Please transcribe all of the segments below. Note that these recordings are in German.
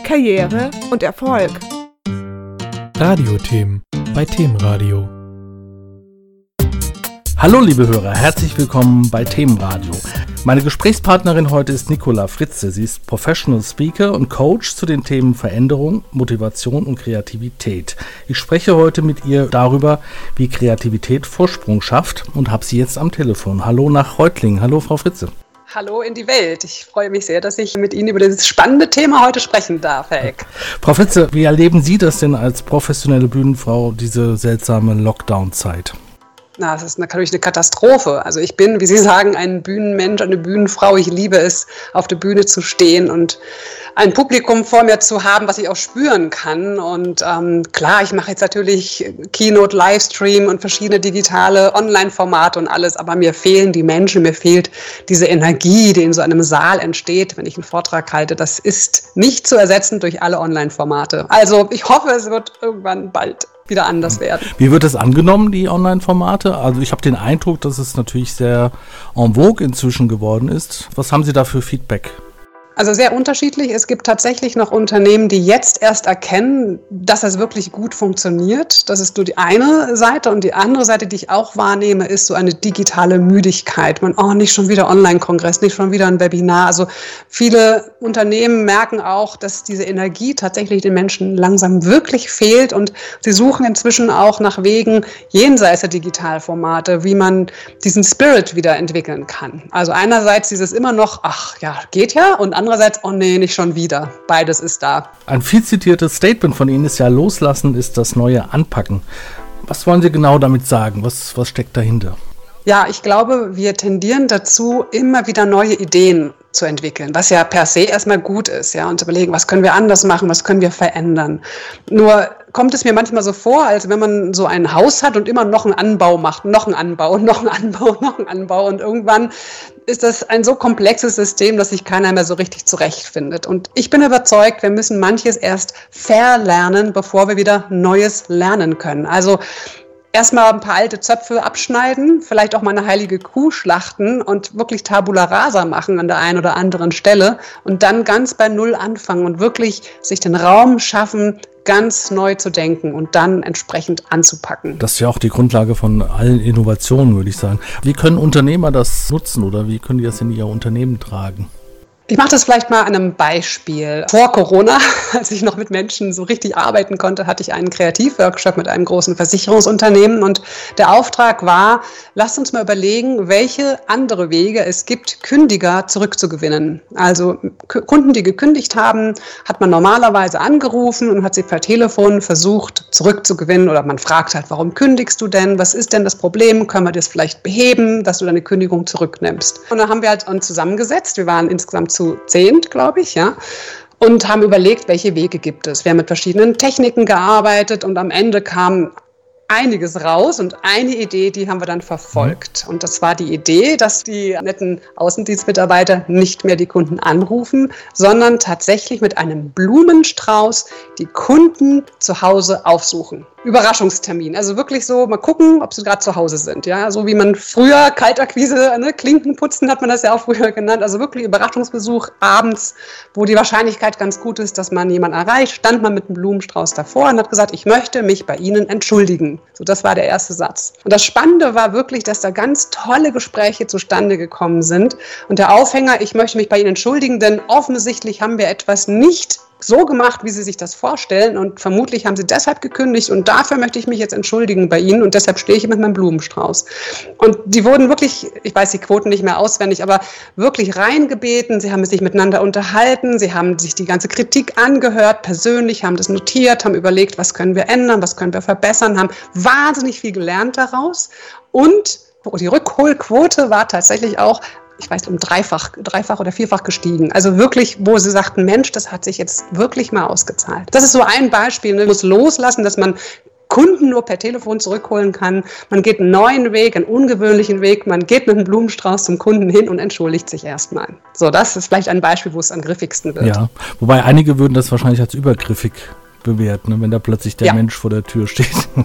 Karriere und Erfolg. Radiothemen bei Themenradio. Hallo liebe Hörer, herzlich willkommen bei Themenradio. Meine Gesprächspartnerin heute ist Nicola Fritze. Sie ist Professional Speaker und Coach zu den Themen Veränderung, Motivation und Kreativität. Ich spreche heute mit ihr darüber, wie Kreativität Vorsprung schafft und habe sie jetzt am Telefon. Hallo nach Reutlingen. Hallo Frau Fritze. Hallo in die Welt. Ich freue mich sehr, dass ich mit Ihnen über dieses spannende Thema heute sprechen darf, Herr Eck. Frau Fritze, wie erleben Sie das denn als professionelle Bühnenfrau, diese seltsame Lockdown-Zeit? Na, es ist natürlich eine Katastrophe. Also ich bin, wie Sie sagen, ein Bühnenmensch, eine Bühnenfrau. Ich liebe es, auf der Bühne zu stehen und ein Publikum vor mir zu haben, was ich auch spüren kann. Und klar, ich mache jetzt natürlich Keynote, Livestream und verschiedene digitale Online-Formate und alles, aber mir fehlen die Menschen, mir fehlt diese Energie, die in so einem Saal entsteht, wenn ich einen Vortrag halte. Das ist nicht zu ersetzen durch alle Online-Formate. Also ich hoffe, es wird irgendwann bald wieder anders werden. Wie wird es angenommen, die Online-Formate? Also ich habe den Eindruck, dass es natürlich sehr en vogue inzwischen geworden ist. Was haben Sie da für Feedback? Also sehr unterschiedlich. Es gibt tatsächlich noch Unternehmen, die jetzt erst erkennen, dass es wirklich gut funktioniert. Das ist nur die eine Seite. Und die andere Seite, die ich auch wahrnehme, ist so eine digitale Müdigkeit. Nicht schon wieder Online-Kongress, nicht schon wieder ein Webinar. Also viele Unternehmen merken auch, dass diese Energie tatsächlich den Menschen langsam wirklich fehlt. Und sie suchen inzwischen auch nach Wegen jenseits der Digitalformate, wie man diesen Spirit wieder entwickeln kann. Also einerseits dieses immer noch, geht ja, und andererseits, oh nee, nicht schon wieder. Beides ist da. Ein viel zitiertes Statement von Ihnen ist ja, loslassen ist das neue Anpacken. Was wollen Sie genau damit sagen? Was steckt dahinter? Ja, ich glaube, wir tendieren dazu, immer wieder neue Ideen zu entwickeln, was ja per se erstmal gut ist, ja, und zu überlegen, was können wir anders machen, was können wir verändern. Nur kommt es mir manchmal so vor, als wenn man so ein Haus hat und immer noch einen Anbau macht, noch einen Anbau und irgendwann ist das ein so komplexes System, dass sich keiner mehr so richtig zurechtfindet. Und ich bin überzeugt, wir müssen manches erst verlernen, bevor wir wieder Neues lernen können. Also erstmal ein paar alte Zöpfe abschneiden, vielleicht auch mal eine heilige Kuh schlachten und wirklich Tabula rasa machen an der einen oder anderen Stelle und dann ganz bei Null anfangen und wirklich sich den Raum schaffen, ganz neu zu denken und dann entsprechend anzupacken. Das ist ja auch die Grundlage von allen Innovationen, würde ich sagen. Wie können Unternehmer das nutzen oder wie können die das in ihr Unternehmen tragen? Ich mache das vielleicht mal an einem Beispiel. Vor Corona, als ich noch mit Menschen so richtig arbeiten konnte, hatte ich einen Kreativworkshop mit einem großen Versicherungsunternehmen und der Auftrag war, lasst uns mal überlegen, welche andere Wege es gibt, Kündiger zurückzugewinnen. Also Kunden, die gekündigt haben, hat man normalerweise angerufen und hat sie per Telefon versucht zurückzugewinnen oder man fragt halt, warum kündigst du denn? Was ist denn das Problem? Können wir das vielleicht beheben, dass du deine Kündigung zurücknimmst? Und dann haben wir halt uns zusammengesetzt. Wir waren insgesamt zu 10, glaube ich, ja, und haben überlegt, welche Wege gibt es. Wir haben mit verschiedenen Techniken gearbeitet und am Ende kam einiges raus und eine Idee, die haben wir dann verfolgt. Und das war die Idee, dass die netten Außendienstmitarbeiter nicht mehr die Kunden anrufen, sondern tatsächlich mit einem Blumenstrauß die Kunden zu Hause aufsuchen. Überraschungstermin. Also wirklich so, mal gucken, ob sie gerade zu Hause sind. Ja, so wie man früher Kaltakquise, Klinken putzen hat man das ja auch früher genannt. Also wirklich Überraschungsbesuch abends, wo die Wahrscheinlichkeit ganz gut ist, dass man jemanden erreicht, stand man mit einem Blumenstrauß davor und hat gesagt, ich möchte mich bei Ihnen entschuldigen. So, das war der erste Satz. Und das Spannende war wirklich, dass da ganz tolle Gespräche zustande gekommen sind. Und der Aufhänger, ich möchte mich bei Ihnen entschuldigen, denn offensichtlich haben wir etwas nicht so gemacht, wie Sie sich das vorstellen und vermutlich haben Sie deshalb gekündigt und dafür möchte ich mich jetzt entschuldigen bei Ihnen und deshalb stehe ich mit meinem Blumenstrauß. Und die wurden wirklich, ich weiß die Quoten nicht mehr auswendig, aber wirklich reingebeten, sie haben sich miteinander unterhalten, sie haben sich die ganze Kritik angehört, persönlich, haben das notiert, haben überlegt, was können wir ändern, was können wir verbessern, haben wahnsinnig viel gelernt daraus und die Rückholquote war tatsächlich auch, ich weiß, um dreifach oder vierfach gestiegen. Also wirklich, wo sie sagten, Mensch, das hat sich jetzt wirklich mal ausgezahlt. Das ist so ein Beispiel. Man muss loslassen, dass man Kunden nur per Telefon zurückholen kann. Man geht einen neuen Weg, einen ungewöhnlichen Weg. Man geht mit einem Blumenstrauß zum Kunden hin und entschuldigt sich erstmal. So, das ist vielleicht ein Beispiel, wo es am griffigsten wird. Ja, wobei einige würden das wahrscheinlich als übergriffig bewerten, wenn da plötzlich der Mensch vor der Tür steht.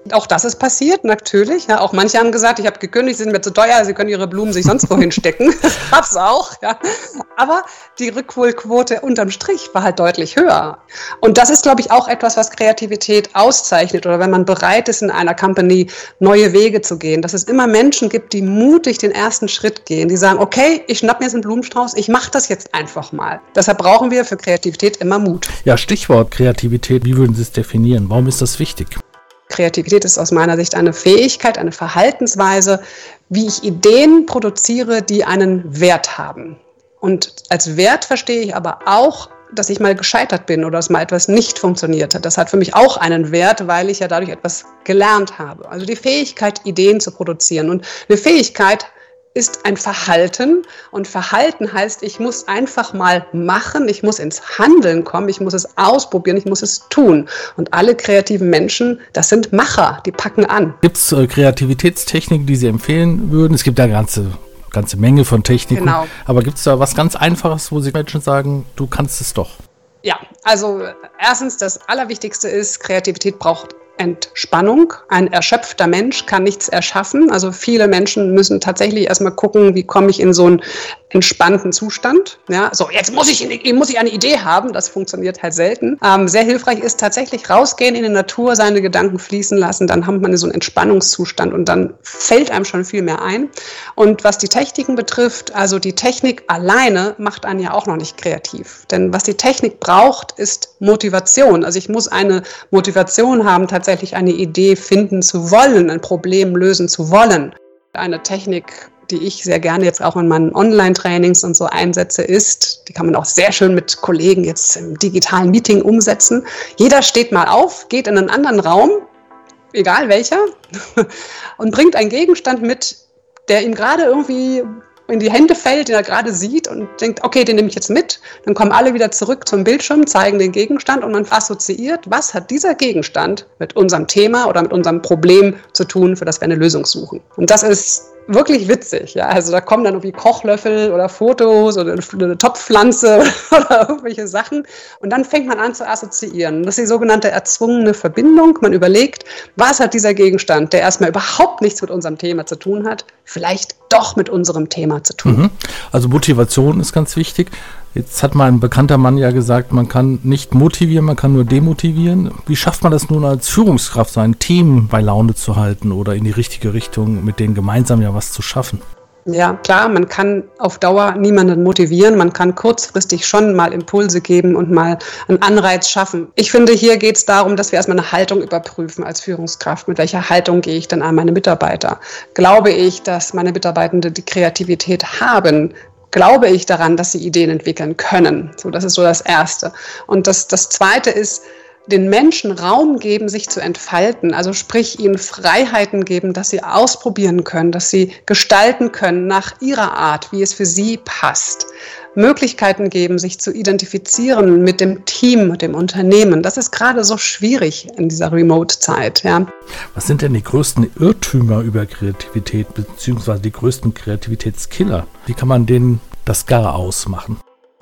Auch das ist passiert, natürlich. Ja, auch manche haben gesagt, ich habe gekündigt, sie sind mir zu teuer, sie können ihre Blumen sich sonst wohin stecken. Das gab's auch. Ja. Aber die Rückholquote unterm Strich war halt deutlich höher. Und das ist, glaube ich, auch etwas, was Kreativität auszeichnet. Oder wenn man bereit ist, in einer Company neue Wege zu gehen, dass es immer Menschen gibt, die mutig den ersten Schritt gehen, die sagen, okay, ich schnapp mir jetzt einen Blumenstrauß, ich mache das jetzt einfach mal. Deshalb brauchen wir für Kreativität immer Mut. Ja, Stichwort Kreativität, wie würden Sie es definieren? Warum ist das wichtig? Kreativität ist aus meiner Sicht eine Fähigkeit, eine Verhaltensweise, wie ich Ideen produziere, die einen Wert haben. Und als Wert verstehe ich aber auch, dass ich mal gescheitert bin oder dass mal etwas nicht funktioniert hat. Das hat für mich auch einen Wert, weil ich ja dadurch etwas gelernt habe. Also die Fähigkeit, Ideen zu produzieren. Und eine Fähigkeit ist ein Verhalten, und Verhalten heißt, ich muss einfach mal machen, ich muss ins Handeln kommen, ich muss es ausprobieren, ich muss es tun. Und alle kreativen Menschen, das sind Macher, die packen an. Gibt es Kreativitätstechniken, die Sie empfehlen würden? Es gibt ja eine ganze Menge von Techniken, genau. Aber gibt es da was ganz Einfaches, wo Sie Menschen sagen, du kannst es doch? Ja, also erstens, das Allerwichtigste ist, Kreativität braucht Entspannung. Ein erschöpfter Mensch kann nichts erschaffen. Also viele Menschen müssen tatsächlich erstmal gucken, wie komme ich in so einen entspannten Zustand. Ja, so, jetzt muss ich eine Idee haben. Das funktioniert halt selten. Sehr hilfreich ist tatsächlich rausgehen in die Natur, seine Gedanken fließen lassen. Dann hat man so einen Entspannungszustand und dann fällt einem schon viel mehr ein. Und was die Techniken betrifft, also die Technik alleine macht einen ja auch noch nicht kreativ. Denn was die Technik braucht, ist Motivation. Also ich muss eine Motivation haben, tatsächlich eine Idee finden zu wollen, ein Problem lösen zu wollen. Eine Technik, die ich sehr gerne jetzt auch in meinen Online-Trainings und so einsetze, ist, die kann man auch sehr schön mit Kollegen jetzt im digitalen Meeting umsetzen. Jeder steht mal auf, geht in einen anderen Raum, egal welcher, und bringt einen Gegenstand mit, der ihm gerade irgendwie in die Hände fällt, den er gerade sieht und denkt, okay, den nehme ich jetzt mit. Dann kommen alle wieder zurück zum Bildschirm, zeigen den Gegenstand und man assoziiert, was hat dieser Gegenstand mit unserem Thema oder mit unserem Problem zu tun, für das wir eine Lösung suchen. Und das ist wirklich witzig, ja. Also da kommen dann irgendwie Kochlöffel oder Fotos oder eine Topfpflanze oder irgendwelche Sachen. Und dann fängt man an zu assoziieren. Das ist die sogenannte erzwungene Verbindung. Man überlegt, was hat dieser Gegenstand, der erstmal überhaupt nichts mit unserem Thema zu tun hat, vielleicht doch mit unserem Thema zu tun. Also Motivation ist ganz wichtig. Jetzt hat mal ein bekannter Mann ja gesagt, man kann nicht motivieren, man kann nur demotivieren. Wie schafft man das nun als Führungskraft, so ein Team bei Laune zu halten oder in die richtige Richtung, mit denen gemeinsam ja was zu schaffen? Ja, klar, man kann auf Dauer niemanden motivieren, man kann kurzfristig schon mal Impulse geben und mal einen Anreiz schaffen. Ich finde, hier geht es darum, dass wir erstmal eine Haltung überprüfen als Führungskraft. Mit welcher Haltung gehe ich denn an meine Mitarbeiter? Glaube ich, dass meine Mitarbeitenden die Kreativität haben? Glaube ich daran, dass sie Ideen entwickeln können? So, das ist so das Erste. Und das Zweite ist, den Menschen Raum geben, sich zu entfalten, also sprich ihnen Freiheiten geben, dass sie ausprobieren können, dass sie gestalten können nach ihrer Art, wie es für sie passt. Möglichkeiten geben, sich zu identifizieren mit dem Team, mit dem Unternehmen. Das ist gerade so schwierig in dieser Remote-Zeit. Ja. Was sind denn die größten Irrtümer über Kreativität, beziehungsweise die größten Kreativitätskiller? Wie kann man denen das gar ausmachen?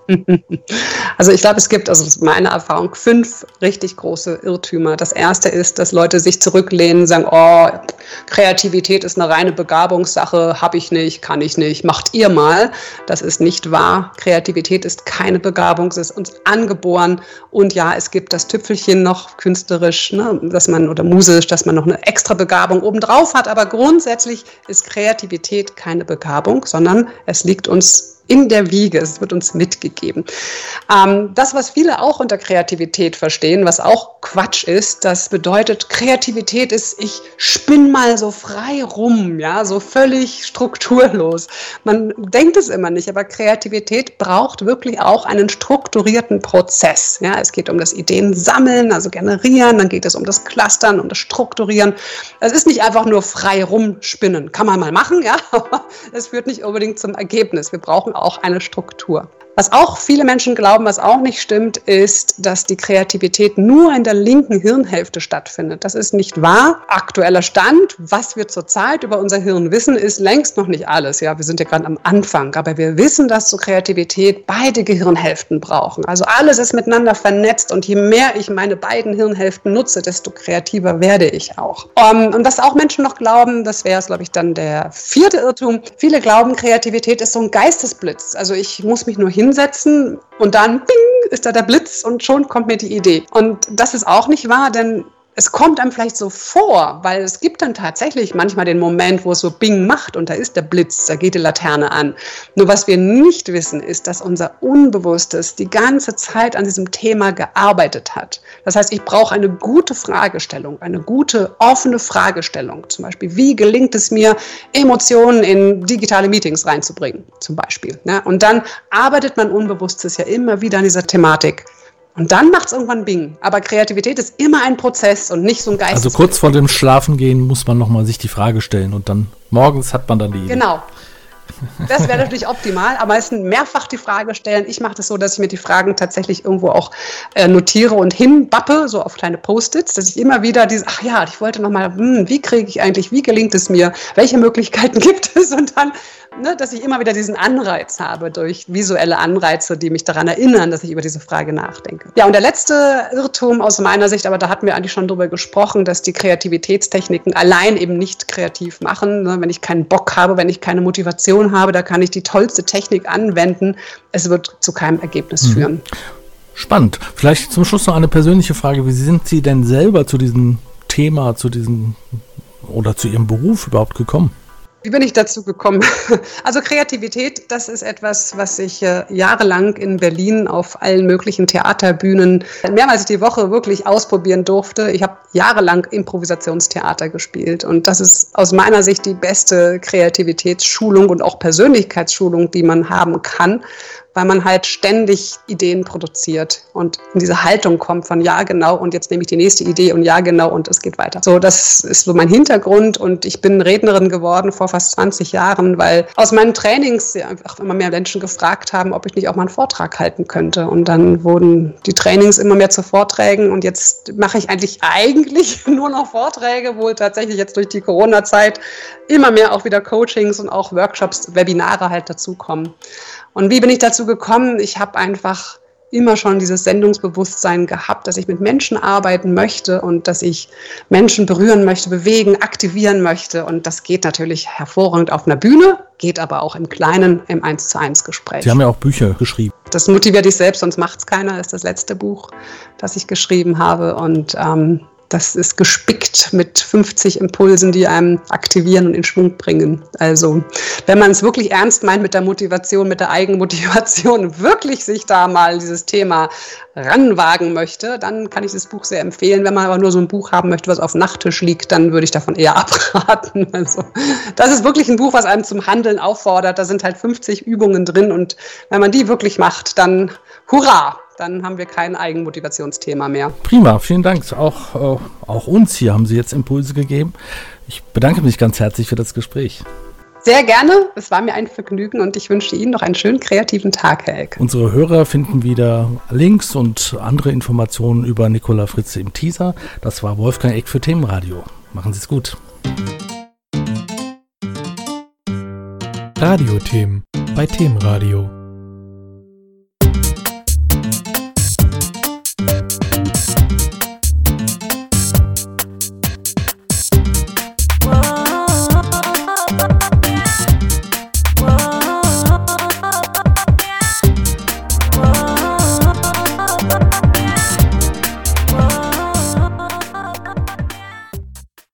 Also ich glaube, es gibt, also das ist meine Erfahrung, 5 richtig große Irrtümer. Das erste ist, dass Leute sich zurücklehnen, sagen, oh, Kreativität ist eine reine Begabungssache, habe ich nicht, kann ich nicht, macht ihr mal. Das ist nicht wahr. Kreativität ist keine Begabung, es ist uns angeboren. Und ja, es gibt das Tüpfelchen noch künstlerisch, ne, dass man oder musisch, dass man noch eine extra Begabung obendrauf hat. Aber grundsätzlich ist Kreativität keine Begabung, sondern es liegt uns in der Wiege, es wird uns mitgegeben. Das, was viele auch unter Kreativität verstehen, was auch Quatsch ist, das bedeutet, Kreativität ist, ich spinne mal so frei rum, ja, so völlig strukturlos. Man denkt es immer nicht, aber Kreativität braucht wirklich auch einen strukturierten Prozess. Ja, es geht um das Ideen sammeln, also generieren, dann geht es um das Clustern, um das Strukturieren. Es ist nicht einfach nur frei rumspinnen. Kann man mal machen, ja, aber es führt nicht unbedingt zum Ergebnis. Wir brauchen auch eine Struktur. Was auch viele Menschen glauben, was auch nicht stimmt, ist, dass die Kreativität nur in der linken Hirnhälfte stattfindet. Das ist nicht wahr. Aktueller Stand, was wir zurzeit über unser Hirn wissen, ist längst noch nicht alles. Ja, wir sind ja gerade am Anfang, aber wir wissen, dass zur Kreativität beide Gehirnhälften brauchen. Also alles ist miteinander vernetzt und je mehr ich meine beiden Hirnhälften nutze, desto kreativer werde ich auch. Und was auch Menschen noch glauben, das wäre, glaube ich, dann der 4. Irrtum. Viele glauben, Kreativität ist so ein Geistesblitz. Also ich muss mich nur hinsetzen und dann bing, ist da der Blitz und schon kommt mir die Idee. Und das ist auch nicht wahr, denn es kommt einem vielleicht so vor, weil es gibt dann tatsächlich manchmal den Moment, wo es so bing macht und da ist der Blitz, da geht die Laterne an. Nur was wir nicht wissen, ist, dass unser Unbewusstes die ganze Zeit an diesem Thema gearbeitet hat. Das heißt, ich brauche eine gute Fragestellung, eine gute, offene Fragestellung. Zum Beispiel, wie gelingt es mir, Emotionen in digitale Meetings reinzubringen, zum Beispiel. Ja, und dann arbeitet mein Unbewusstes ja immer wieder an dieser Thematik. Und dann macht es irgendwann Bing. Aber Kreativität ist immer ein Prozess und nicht so ein Geist. Also kurz vor dem Schlafengehen muss man nochmal sich die Frage stellen und dann morgens hat man dann die Idee. Genau. Das wäre natürlich optimal, aber es sind mehrfach die Frage stellen. Ich mache das so, dass ich mir die Fragen tatsächlich irgendwo auch notiere und hinbappe, so auf kleine Post-its, dass ich immer wieder ich wollte nochmal, wie gelingt es mir, welche Möglichkeiten gibt es und dann, dass ich immer wieder diesen Anreiz habe durch visuelle Anreize, die mich daran erinnern, dass ich über diese Frage nachdenke. Ja, und der letzte Irrtum aus meiner Sicht, aber da hatten wir eigentlich schon drüber gesprochen, dass die Kreativitätstechniken allein eben nicht kreativ machen. Wenn ich keinen Bock habe, wenn ich keine Motivation habe, da kann ich die tollste Technik anwenden. Es wird zu keinem Ergebnis führen. Spannend. Vielleicht zum Schluss noch eine persönliche Frage. Wie sind Sie denn selber zu diesem Thema, zu Ihrem Beruf überhaupt gekommen? Wie bin ich dazu gekommen? Also Kreativität, das ist etwas, was ich jahrelang in Berlin auf allen möglichen Theaterbühnen mehrmals die Woche wirklich ausprobieren durfte. Ich habe jahrelang Improvisationstheater gespielt und das ist aus meiner Sicht die beste Kreativitätsschulung und auch Persönlichkeitsschulung, die man haben kann, weil man halt ständig Ideen produziert und in diese Haltung kommt von ja genau und jetzt nehme ich die nächste Idee und ja genau und es geht weiter. So, das ist so mein Hintergrund und ich bin Rednerin geworden vor fast 20 Jahren, weil aus meinen Trainings einfach immer mehr Menschen gefragt haben, ob ich nicht auch mal einen Vortrag halten könnte und dann wurden die Trainings immer mehr zu Vorträgen und jetzt mache ich eigentlich nur noch Vorträge, wo tatsächlich jetzt durch die Corona-Zeit immer mehr auch wieder Coachings und auch Workshops, Webinare halt dazukommen. Und wie bin ich dazu gekommen? Ich habe einfach immer schon dieses Sendungsbewusstsein gehabt, dass ich mit Menschen arbeiten möchte und dass ich Menschen berühren möchte, bewegen, aktivieren möchte. Und das geht natürlich hervorragend auf einer Bühne, geht aber auch im Kleinen, im 1:1 Gespräch. Sie haben ja auch Bücher geschrieben. Das motiviert dich selbst, sonst macht's keiner, ist das letzte Buch, das ich geschrieben habe. Und das ist gespickt mit 50 Impulsen, die einem aktivieren und in Schwung bringen. Also, wenn man es wirklich ernst meint mit der Motivation, mit der Eigenmotivation, wirklich sich da mal dieses Thema ranwagen möchte, dann kann ich das Buch sehr empfehlen. Wenn man aber nur so ein Buch haben möchte, was auf dem Nachttisch liegt, dann würde ich davon eher abraten. Also, das ist wirklich ein Buch, was einem zum Handeln auffordert. Da sind halt 50 Übungen drin und wenn man die wirklich macht, dann hurra! Dann haben wir kein Eigenmotivationsthema mehr. Prima, vielen Dank. Auch uns hier haben Sie jetzt Impulse gegeben. Ich bedanke mich ganz herzlich für das Gespräch. Sehr gerne. Es war mir ein Vergnügen und ich wünsche Ihnen noch einen schönen kreativen Tag, Herr Eck. Unsere Hörer finden wieder Links und andere Informationen über Nicola Fritze im Teaser. Das war Wolfgang Eck für Themenradio. Machen Sie es gut. Radiothemen bei Themenradio.